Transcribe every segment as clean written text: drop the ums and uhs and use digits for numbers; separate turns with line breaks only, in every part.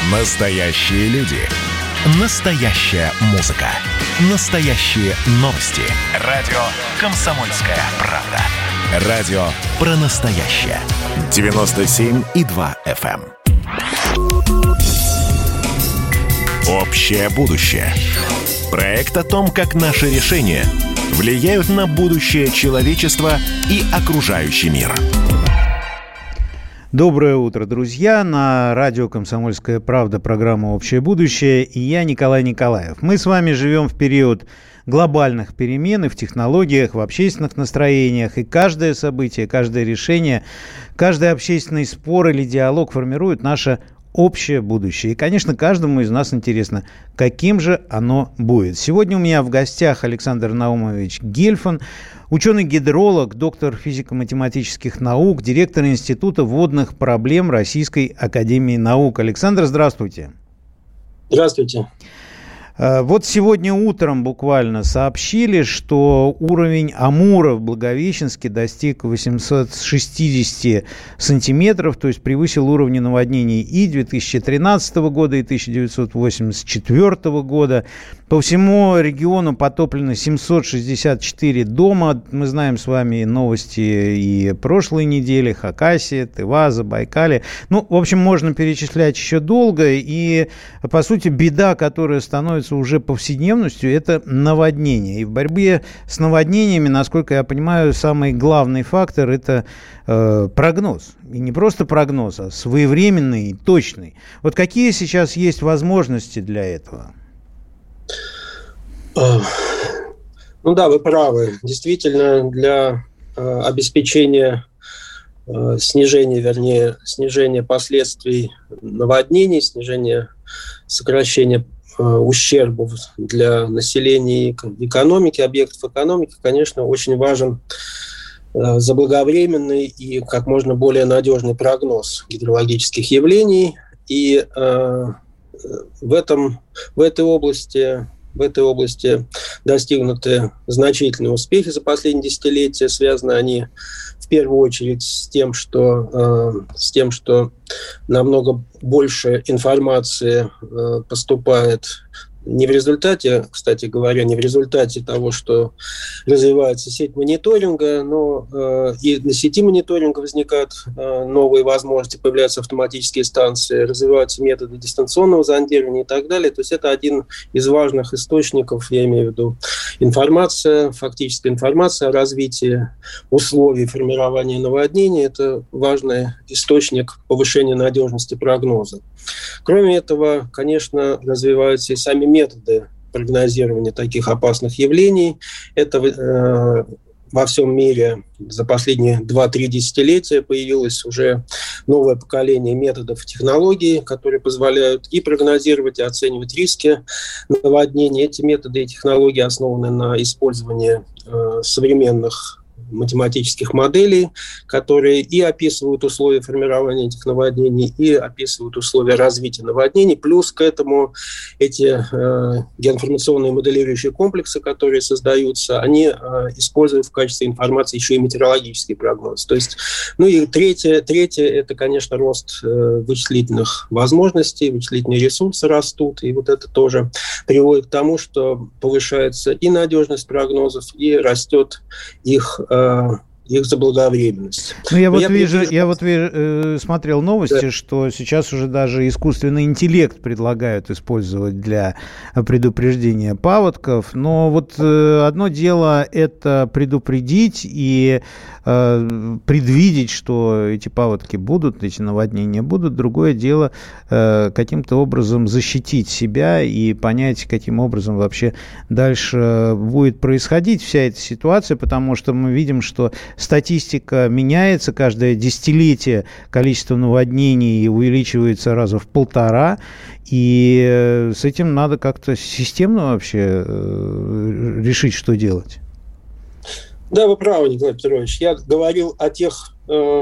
Настоящие люди. Настоящая музыка. Настоящие новости. Радио «Комсомольская правда». Радио про настоящее. 97,2 FM. Общее будущее. Проект о том, как наши решения влияют на будущее человечества и окружающий мир.
Доброе утро, друзья. На радио «Комсомольская правда» программа «Общее будущее» и я, Николай Николаев. Мы с вами живем в период глобальных перемен и в технологиях, в общественных настроениях. И каждое событие, каждое решение, каждый общественный спор или диалог формирует наше общее будущее. И, конечно, каждому из нас интересно, каким же оно будет. Сегодня у меня в гостях Александр Наумович Гельфанд, ученый-гидролог, доктор физико-математических наук, директор Института водных проблем Российской академии наук. Александр, здравствуйте.
Здравствуйте.
Вот сегодня утром буквально сообщили, что уровень Амура в Благовещенске достиг 860 сантиметров, то есть превысил уровни наводнений и 2013 года, и 1984 года. По всему региону потоплено 764 дома. Мы знаем с вами новости и прошлой недели. Хакасия, Тыва, Забайкалье. Ну, в общем, можно перечислять еще долго. И, по сути, беда, которая становится уже повседневностью, это наводнение. И в борьбе с наводнениями, насколько я понимаю, самый главный фактор – это прогноз. И не просто прогноз, а своевременный и точный. Вот какие сейчас есть возможности для этого?
Ну да, вы правы. Действительно, для обеспечения снижения последствий наводнений, сокращения ущербов для населения и экономики, объектов экономики, конечно, очень важен заблаговременный и как можно более надежный прогноз гидрологических явлений. И в этой области достигнуты значительные успехи за последние десятилетия. Связаны они в первую очередь с тем, что намного больше информации поступает не в результате, кстати говоря, не в результате того, что развивается сеть мониторинга, но и на сети мониторинга возникают новые возможности, появляются автоматические станции, развиваются методы дистанционного зондирования и так далее. То есть это один из важных источников, я имею в виду фактическая информация о развитии условий формирования наводнений. Это важный источник повышения надежности прогноза. Кроме этого, конечно, развиваются и сами методы прогнозирования таких опасных явлений. Это во всем мире за последние 2-3 десятилетия появилось уже новое поколение методов и технологий, которые позволяют и прогнозировать, и оценивать риски наводнений. Эти методы и технологии основаны на использовании современных математических моделей, которые и описывают условия формирования этих наводнений, и описывают условия развития наводнений. Плюс к этому эти геоинформационные моделирующие комплексы, которые создаются, они используют в качестве информации еще и метеорологический прогноз. То есть, ну и третье – это, конечно, рост вычислительных возможностей, вычислительные ресурсы растут, и вот это тоже приводит к тому, что повышается и надежность прогнозов, и растет их заблаговременность.
Ну, я вижу, смотрел новости, да, что сейчас уже даже искусственный интеллект предлагают использовать для предупреждения паводков. Но вот одно дело – это предупредить и предвидеть, что эти паводки будут, эти наводнения будут. Другое дело каким-то образом защитить себя и понять, каким образом вообще дальше будет происходить вся эта ситуация, потому что мы видим, что статистика меняется, каждое десятилетие количество наводнений увеличивается раза в 1,5, и с этим надо как-то системно вообще решить, что делать.
Да, вы правы, Николай Петрович. Я говорил о тех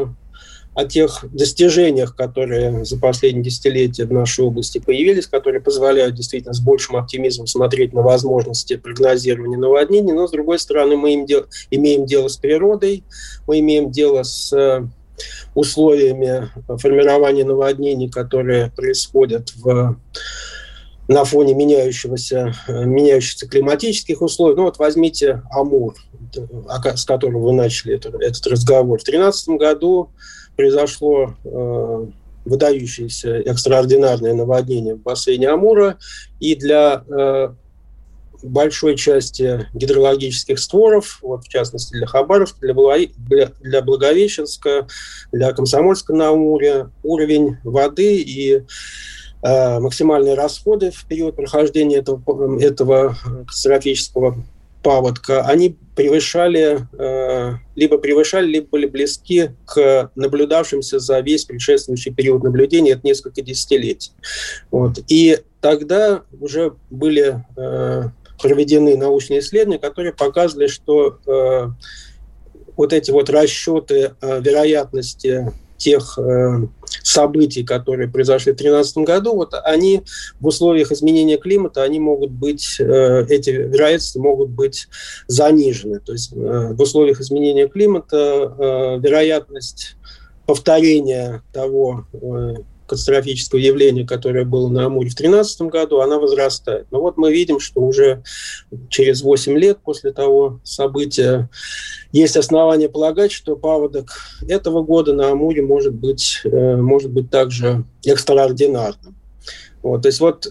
достижениях, которые за последние десятилетия в нашей области появились, которые позволяют действительно с большим оптимизмом смотреть на возможности прогнозирования наводнений, но, с другой стороны, мы имеем дело с природой, мы имеем дело с условиями формирования наводнений, которые происходят на фоне меняющихся климатических условий. Ну вот возьмите Амур, с которого вы начали этот разговор. В 2013 году произошло выдающееся экстраординарное наводнение в бассейне Амура, и для большой части гидрологических створов, вот в частности для Хабаровска, для Благовещенска, для Комсомольска на Амуре, уровень воды и максимальные расходы в период прохождения этого катастрофического паводка, они либо были близки к наблюдавшимся за весь предшествующий период наблюдения, это несколько десятилетий. Вот. И тогда уже были проведены научные исследования, которые показывали, что вот эти вот расчеты вероятности тех событий, которые произошли в 2013 году, вот они в условиях изменения климата, эти вероятности могут быть занижены. То есть в условиях изменения климата вероятность повторения того катастрофического явления, которое было на Амуре в 2013 году, она возрастает. Но вот мы видим, что уже через 8 лет после того события есть основания полагать, что паводок этого года на Амуре может быть также экстраординарным. Вот, то есть вот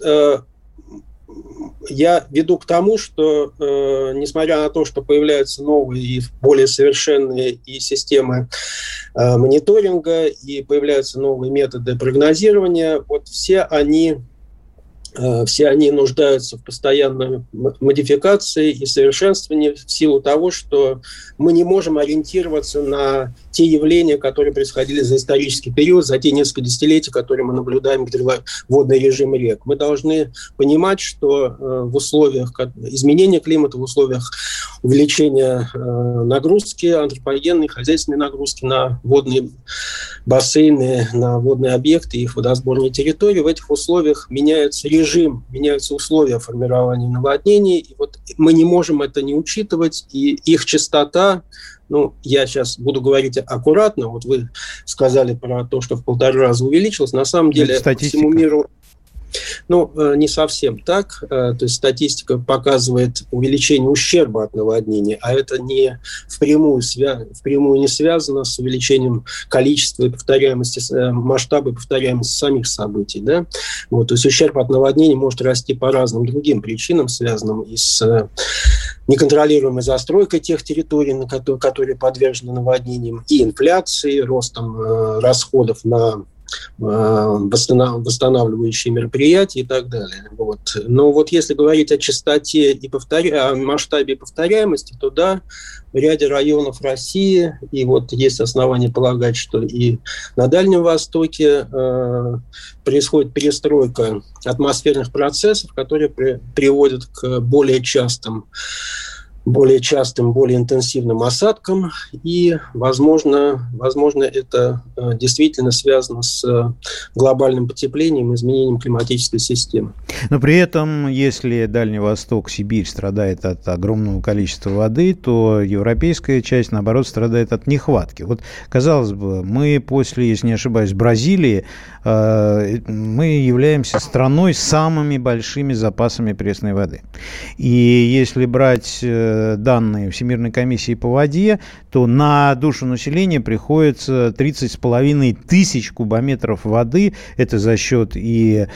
я веду к тому, что несмотря на то, что появляются новые и более совершенные и системы мониторинга, и появляются новые методы прогнозирования, вот все они нуждаются в постоянной модификации и совершенствовании в силу того, что мы не можем ориентироваться на те явления, которые происходили за исторический период, за те несколько десятилетий, которые мы наблюдаем водный режим рек. Мы должны понимать, что в условиях изменения климата, в условиях увеличения нагрузки, антропогенной, хозяйственной нагрузки на водные бассейны, на водные объекты, их водосборные территории, в этих условиях меняется режим, меняются условия формирования наводнений, и вот мы не можем это не учитывать, и их частота, я сейчас буду говорить аккуратно, вот вы сказали про то, что в 1,5 раза увеличилось, на самом деле по всему миру не совсем так. То есть статистика показывает увеличение ущерба от наводнений, а это не впрямую не связано с увеличением количества и повторяемости, масштаба и повторяемости самих событий. Да? Вот, то есть ущерб от наводнений может расти по разным другим причинам, связанным и с неконтролируемой застройкой тех территорий, которые подвержены наводнениям, и инфляцией, ростом расходов на восстанавливающие мероприятия и так далее. Вот. Но вот если говорить о частоте и о масштабе и повторяемости, то да, в ряде районов России, и вот есть основания полагать, что и на Дальнем Востоке происходит перестройка атмосферных процессов, которые приводят к более частым, более интенсивным осадкам, и, возможно, это действительно связано с глобальным потеплением и изменением климатической системы.
Но при этом, если Дальний Восток, Сибирь страдает от огромного количества воды, то европейская часть, наоборот, страдает от нехватки. Вот, казалось бы, мы после, если не ошибаюсь, Бразилии, мы являемся страной с самыми большими запасами пресной воды. И если брать данные Всемирной комиссии по воде, то на душу населения приходится 30,5 тысяч кубометров воды. Это за счет и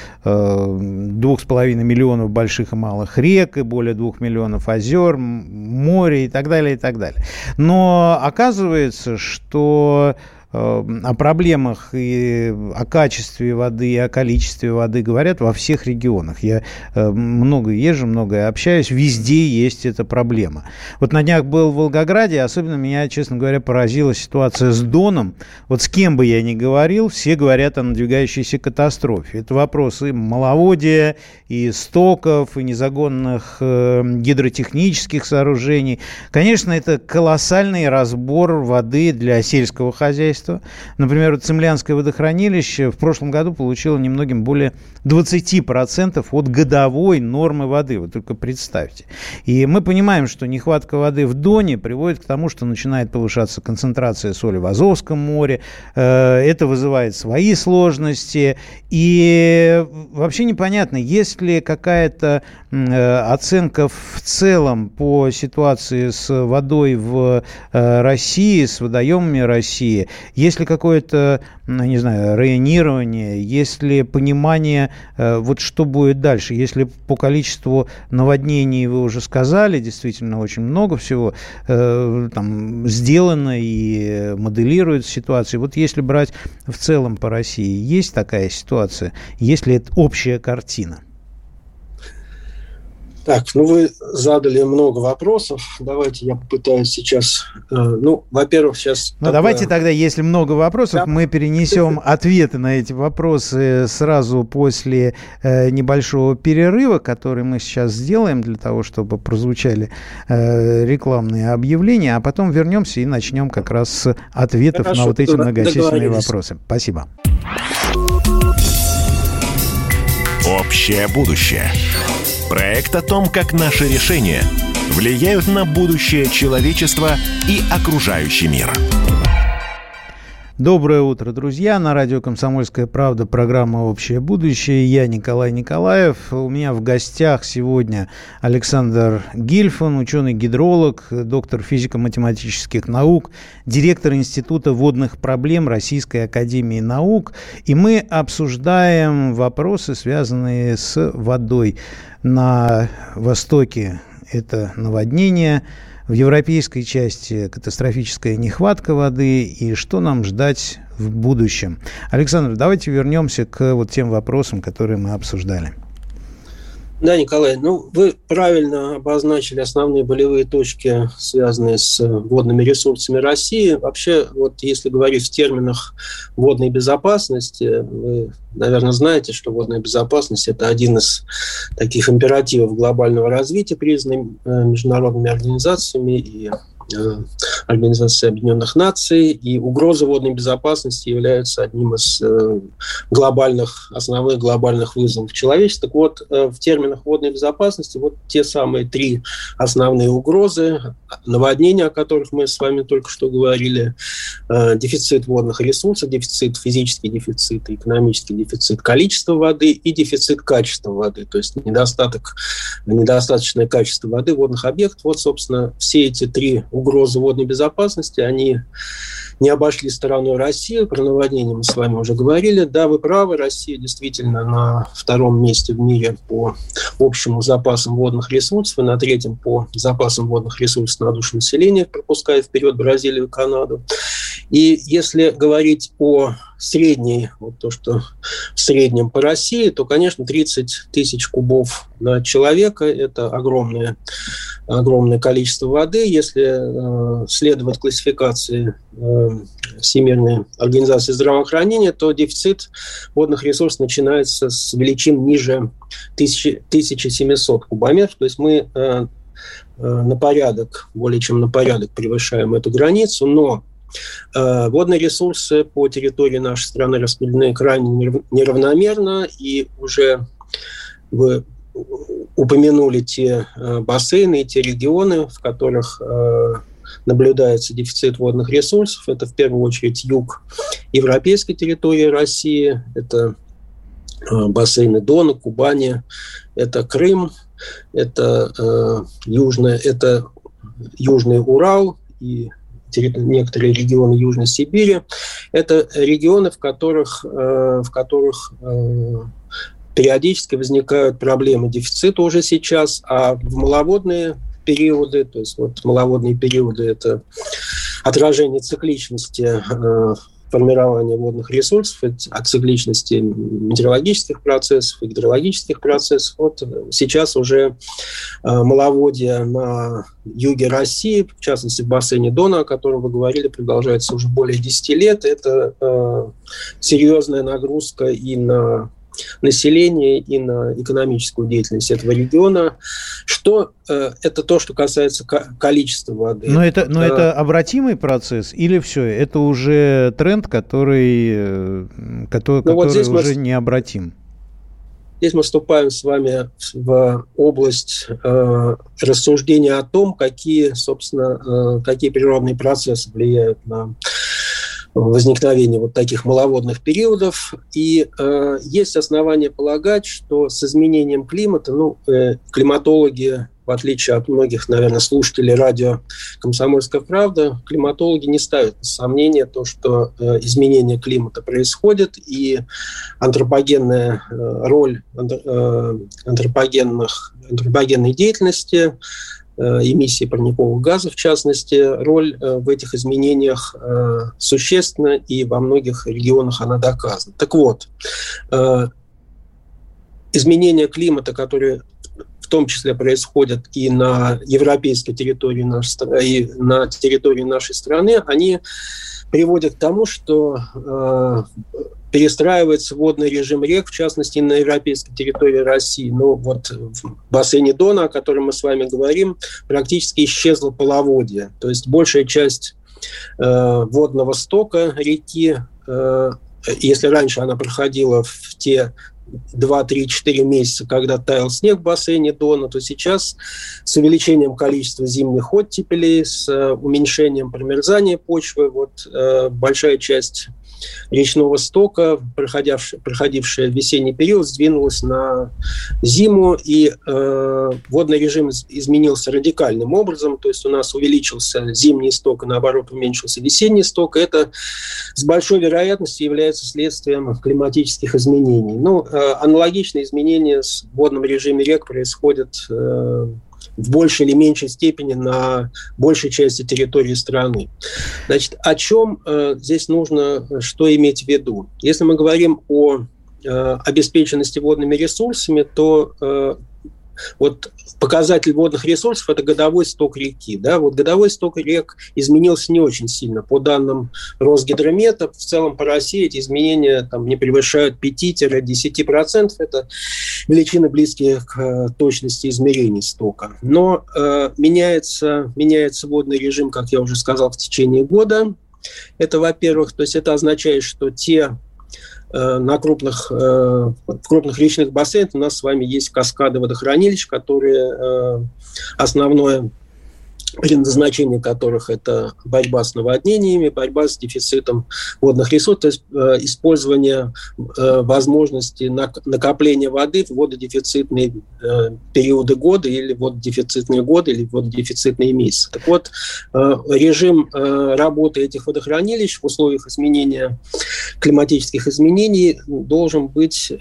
2,5 миллионов больших и малых рек, и более 2 миллионов озер, моря и так далее, и так далее. Но оказывается, что о проблемах и о качестве воды, и о количестве воды говорят во всех регионах. Я много езжу, много общаюсь, везде есть эта проблема. Вот на днях был в Волгограде, особенно меня, честно говоря, поразила ситуация с Доном. Вот с кем бы я ни говорил, все говорят о надвигающейся катастрофе. Это вопрос и маловодья, и стоков, и незагонных гидротехнических сооружений. Конечно, это колоссальный разбор воды для сельского хозяйства, хозяйства. Например, Цимлянское водохранилище в прошлом году получило немногим более 20% от годовой нормы воды. Вы только представьте. И мы понимаем, что нехватка воды в Доне приводит к тому, что начинает повышаться концентрация соли в Азовском море. Это вызывает свои сложности. И вообще непонятно, есть ли какая-то оценка в целом по ситуации с водой в России, с водоемами России? Есть ли какое-то, не знаю, районирование? Есть ли понимание, вот что будет дальше? Если по количеству наводнений вы уже сказали, действительно очень много всего там сделано и моделируется ситуация. Вот если брать в целом по России, есть такая ситуация? Есть ли это общая картина?
Так, вы задали много вопросов. Давайте я попытаюсь сейчас... во-первых, сейчас...
Давайте тогда, если много вопросов, мы перенесем ответы на эти вопросы сразу после небольшого перерыва, который мы сейчас сделаем для того, чтобы прозвучали рекламные объявления, а потом вернемся и начнем как раз с ответов на вот эти многочисленные вопросы. Спасибо.
Общее будущее. Проект о том, как наши решения влияют на будущее человечества и окружающий мир.
Доброе утро, друзья. На радио «Комсомольская правда» программа «Общее будущее». Я Николай Николаев. У меня в гостях сегодня Александр Гильфан, ученый-гидролог, доктор физико-математических наук, директор Института водных проблем Российской академии наук. И мы обсуждаем вопросы, связанные с водой. На востоке это наводнение, в европейской части катастрофическая нехватка воды, и что нам ждать в будущем. Александр, давайте вернемся к вот тем вопросам, которые мы обсуждали.
Да, Николай, вы правильно обозначили основные болевые точки, связанные с водными ресурсами России. Вообще, если говорить в терминах водной безопасности, вы, наверное, знаете, что водная безопасность – это один из таких императивов глобального развития, признанный международными организациями и Организацией Объединенных Наций, и угроза водной безопасности является одним из основных глобальных вызовов человечества. Так вот, в терминах водной безопасности те самые три основные угрозы: наводнения, о которых мы с вами только что говорили, дефицит водных ресурсов, дефицит, физический дефицит, экономический дефицит количества воды и дефицит качества воды, то есть недостаточное качество воды водных объектов. Собственно, все эти три угрозы водной безопасности, они не обошли стороной Россию. Про наводнение мы с вами уже говорили. Да, вы правы, Россия действительно на втором месте в мире по общему запасам водных ресурсов и на третьем по запасам водных ресурсов на душу населения, пропуская вперед Бразилию и Канаду. И если говорить о средней, то, что в среднем по России, то, конечно, 30 тысяч кубов на человека – это огромное количество воды. Если следовать классификации Всемирной организации здравоохранения, то дефицит водных ресурсов начинается с величин ниже 1700 кубометров. То есть мы более чем на порядок превышаем эту границу, но водные ресурсы по территории нашей страны распределены крайне неравномерно, и уже вы упомянули те бассейны и те регионы, в которых наблюдается дефицит водных ресурсов. Это в первую очередь юг европейской территории России, это бассейны Дона, Кубани, это Крым, это Южный Урал и некоторые регионы Южной Сибири. Это регионы, в которых периодически возникают проблемы дефицита уже сейчас, а в маловодные периоды, то есть маловодные периоды – это отражение цикличности формирования водных ресурсов, от цикличности метеорологических процессов и гидрологических процессов. Сейчас уже маловодье на юге России, в частности в бассейне Дона, о котором вы говорили, продолжается уже более 10 лет. Это серьезная нагрузка и на население, и на экономическую деятельность этого региона. Это то, что касается количества воды.
Но это обратимый процесс или все? Это уже тренд, который уже необратим?
Здесь мы вступаем с вами в область рассуждения о том, какие природные процессы влияют на возникновение вот таких маловодных периодов. И есть основания полагать, что с изменением климата, климатологи, в отличие от многих, наверное, слушателей радио «Комсомольская правда», климатологи не ставят под сомнение то, что изменение климата происходит, и антропогенная роль антропогенной деятельности, эмиссии парниковых газов, в частности, роль в этих изменениях существенна, и во многих регионах она доказана. Так вот, изменения климата, которые в том числе происходят и на европейской территории и на территории нашей страны, они приводят к тому, что перестраивается водный режим рек, в частности, на европейской территории России. В бассейне Дона, о котором мы с вами говорим, практически исчезло половодье. То есть большая часть водного стока реки, если раньше она проходила в те 2-3-4 месяца, когда таял снег в бассейне Дона, то сейчас с увеличением количества зимних оттепелей, с уменьшением промерзания почвы, большая часть речного стока, проходившая весенний период, сдвинулась на зиму, и водный режим изменился радикальным образом, то есть у нас увеличился зимний сток, и наоборот уменьшился весенний сток. Это с большой вероятностью является следствием климатических изменений. Аналогичные изменения в водном режиме рек происходят в большей или меньшей степени на большей части территории страны. Значит, о чем здесь нужно, что иметь в виду? Если мы говорим о обеспеченности водными ресурсами, то показатель водных ресурсов – это годовой сток реки. Да? Годовой сток рек изменился не очень сильно. По данным Росгидромета, в целом по России эти изменения не превышают 5-10%. Это величины, близкие к точности измерений стока. Но меняется водный режим, как я уже сказал, в течение года. Это, во-первых, то есть это означает, что в крупных речных бассейнах у нас с вами есть каскады водохранилищ, которые основное предназначение которых это борьба с наводнениями, борьба с дефицитом водных ресурсов, то есть использование возможности накопления воды в вододефицитные периоды года или вододефицитные годы или вододефицитные месяцы. Так вот, режим работы этих водохранилищ в условиях изменения климатических изменений должен быть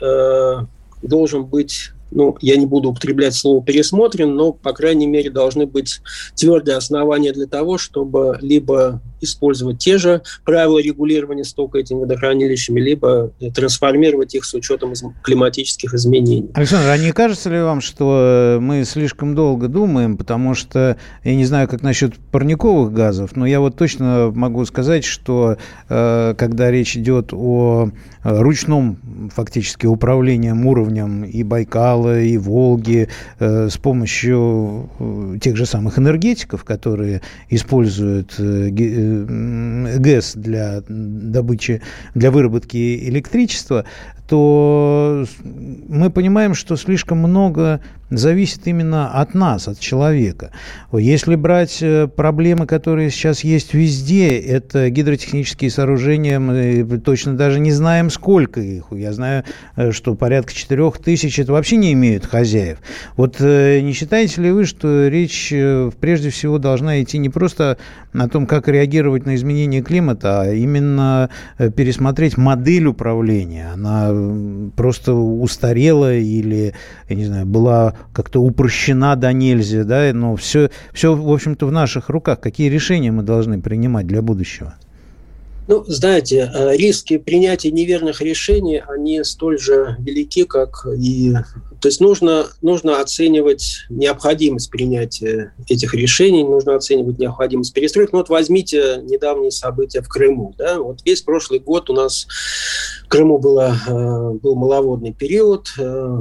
я не буду употреблять слово «пересмотрен», но, по крайней мере, должны быть твердые основания для того, чтобы либо использовать те же правила регулирования стока этими водохранилищами, либо трансформировать их с учетом климатических изменений.
Александр, а не кажется ли вам, что мы слишком долго думаем, потому что, я не знаю, как насчет парниковых газов, но я точно могу сказать, что когда речь идет о ручном фактически управлением уровнем и Байкала, и Волги с помощью тех же самых энергетиков, которые используют ГЭС для выработки электричества, то мы понимаем, что слишком много зависит именно от нас, от человека. Если брать проблемы, которые сейчас есть везде, это гидротехнические сооружения, мы точно даже не знаем, сколько их. Я знаю, что порядка 4000 это вообще не имеют хозяев. Не считаете ли вы, что речь прежде всего должна идти не просто о том, как реагировать на изменение климата, а именно пересмотреть модель управления? Она просто устарела или, я не знаю, была как-то упрощена до нельзя, да, но все, в общем-то, в наших руках. Какие решения мы должны принимать для будущего?
Знаете, риски принятия неверных решений, они столь же велики, как и... То есть нужно оценивать необходимость принятия этих решений, нужно оценивать необходимость перестройки. Возьмите недавние события в Крыму. Да? Весь прошлый год у нас в Крыму был маловодный период.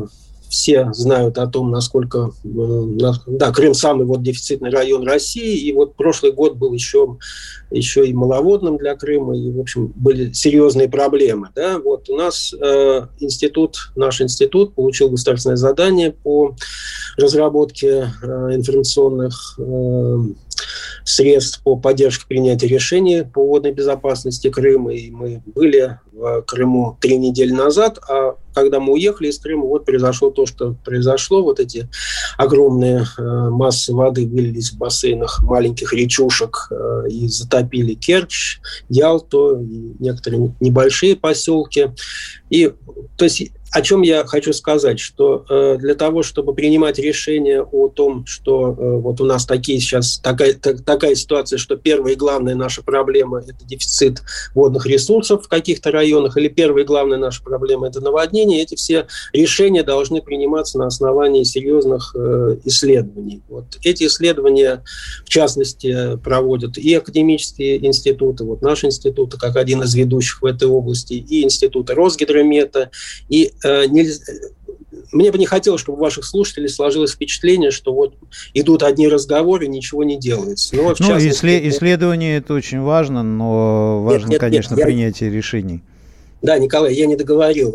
все знают о том, насколько Крым самый дефицитный район России, и прошлый год был еще и маловодным для Крыма, и, в общем, были серьезные проблемы. Да? У нас наш институт получил государственное задание по разработке информационных средств по поддержке принятия решений по водной безопасности Крыма. И мы были в Крыму 3 недели назад, а когда мы уехали из Крыма, произошло то, что произошло. Эти огромные массы воды вылились в бассейнах маленьких речушек и затопили Керчь, Ялту и некоторые небольшие поселки. То есть, о чем я хочу сказать, что для того, чтобы принимать решение о том, что у нас сейчас такая ситуация, что первая и главная наша проблема – это дефицит водных ресурсов в каких-то районах, или первая и главная наша проблема – это наводнение, эти все решения должны приниматься на основании серьезных исследований. Эти исследования, в частности, проводят и академические институты, наш институт, как один из ведущих в этой области, и институты Росгидромета, и мне бы не хотелось, чтобы у ваших слушателей сложилось впечатление, что идут одни разговоры, ничего не делается.
Исследование – это очень важно, но важно, конечно, принятие решений.
Да, Николай, я не договорил.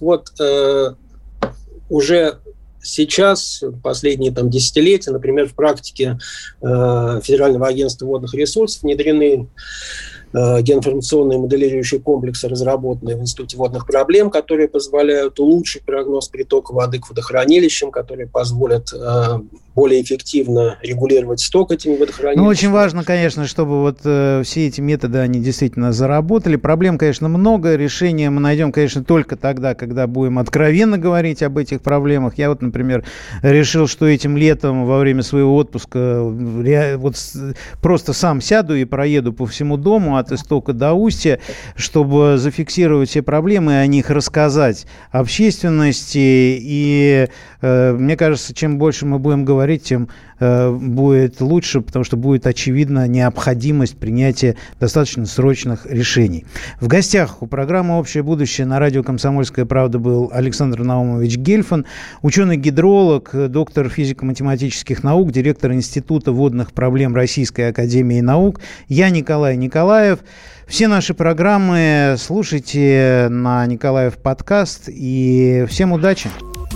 Уже сейчас, последние десятилетия, например, в практике Федерального агентства водных ресурсов внедрены геоинформационные моделирующие комплексы, разработанные в Институте водных проблем, которые позволяют улучшить прогноз притока воды к водохранилищам, которые позволят более эффективно регулировать сток этими водохранилищами.
Очень важно, конечно, чтобы все эти методы, они действительно заработали. Проблем, конечно, много. Решение мы найдем, конечно, только тогда, когда будем откровенно говорить об этих проблемах. Я например, решил, что этим летом во время своего отпуска просто сам сяду и проеду по всему дому от истока до устья, чтобы зафиксировать все проблемы и о них рассказать общественности. И мне кажется, чем больше мы будем говорить, тем будет лучше, потому что будет очевидна необходимость принятия достаточно срочных решений. В гостях у программы «Общее будущее» на радио «Комсомольская правда» был Александр Наумович Гельфанд, ученый-гидролог, доктор физико-математических наук, директор Института водных проблем Российской академии наук. Я Николай Николаев. Все наши программы слушайте на Николаев подкаст. И всем удачи!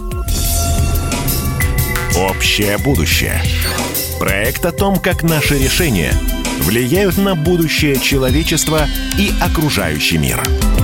«Общее будущее». Проект о том, как наши решения влияют на будущее человечества и окружающий мир.